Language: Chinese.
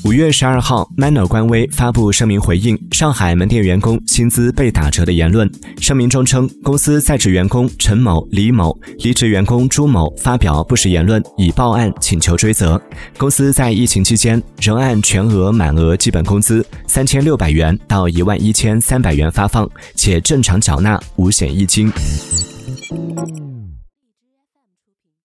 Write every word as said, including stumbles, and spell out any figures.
五月十二号 ，Manner 官微发布声明回应上海门店员工薪资被打折的言论。声明中称，公司在职员工陈某、李某、离职员工朱某发表不实言论，已报案请求追责。公司在疫情期间仍按全额满额基本工资三千六百元到一万一千三百元发放，且正常缴纳，无险一金。